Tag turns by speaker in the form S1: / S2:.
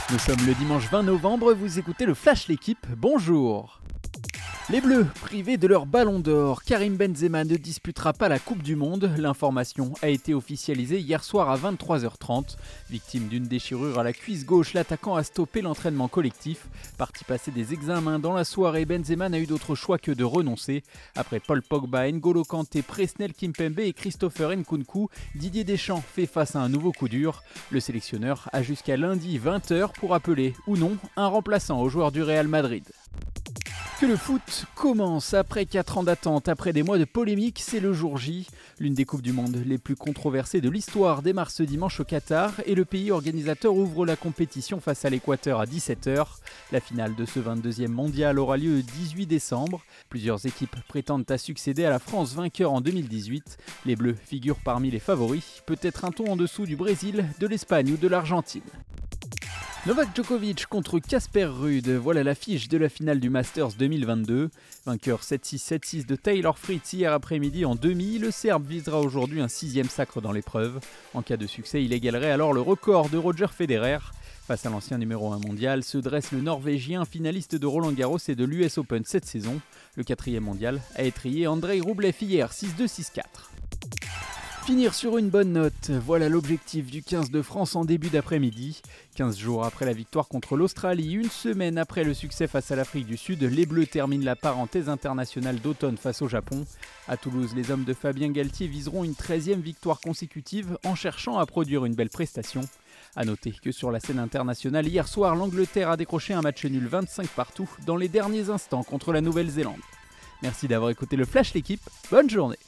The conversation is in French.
S1: Nous sommes le dimanche 20 novembre, vous écoutez le Flash L'équipe, bonjour. Les Bleus, privés de leur ballon d'or, Karim Benzema ne disputera pas la Coupe du Monde. L'information a été officialisée hier soir à 23h30. Victime d'une déchirure à la cuisse gauche, l'attaquant a stoppé l'entraînement collectif. Parti passer des examens dans la soirée, Benzema n'a eu d'autre choix que de renoncer. Après Paul Pogba, N'Golo Kanté, Presnel Kimpembe et Christopher Nkunku, Didier Deschamps fait face à un nouveau coup dur. Le sélectionneur a jusqu'à lundi 20h pour appeler, ou non, un remplaçant au joueur du Real Madrid. Que le foot commence après 4 ans d'attente, après des mois de polémique, c'est le jour J. L'une des Coupes du Monde les plus controversées de l'histoire démarre ce dimanche au Qatar et le pays organisateur ouvre la compétition face à l'Équateur à 17h. La finale de ce 22e mondial aura lieu le 18 décembre. Plusieurs équipes prétendent à succéder à la France vainqueur en 2018. Les Bleus figurent parmi les favoris, peut-être un ton en dessous du Brésil, de l'Espagne ou de l'Argentine. Novak Djokovic contre Casper Ruud, voilà l'affiche de la finale du Masters 2022. Vainqueur 7-6, 7-6 de Taylor Fritz hier après-midi en demi, le Serbe visera aujourd'hui un 6e sacre dans l'épreuve. En cas de succès, il égalerait alors le record de Roger Federer. Face à l'ancien numéro 1 mondial, se dresse le Norvégien, finaliste de Roland-Garros et de l'US Open cette saison. Le 4e mondial a étrillé Andrei Rublev hier 6-2, 6-4. Finir sur une bonne note, voilà l'objectif du 15 de France en début d'après-midi. 15 jours après la victoire contre l'Australie, une semaine après le succès face à l'Afrique du Sud, les Bleus terminent la parenthèse internationale d'automne face au Japon. À Toulouse, les hommes de Fabien Galtier viseront une 13e victoire consécutive en cherchant à produire une belle prestation. A noter que sur la scène internationale, hier soir, l'Angleterre a décroché un match nul 25 partout dans les derniers instants contre la Nouvelle-Zélande. Merci d'avoir écouté le Flash L'équipe, bonne journée.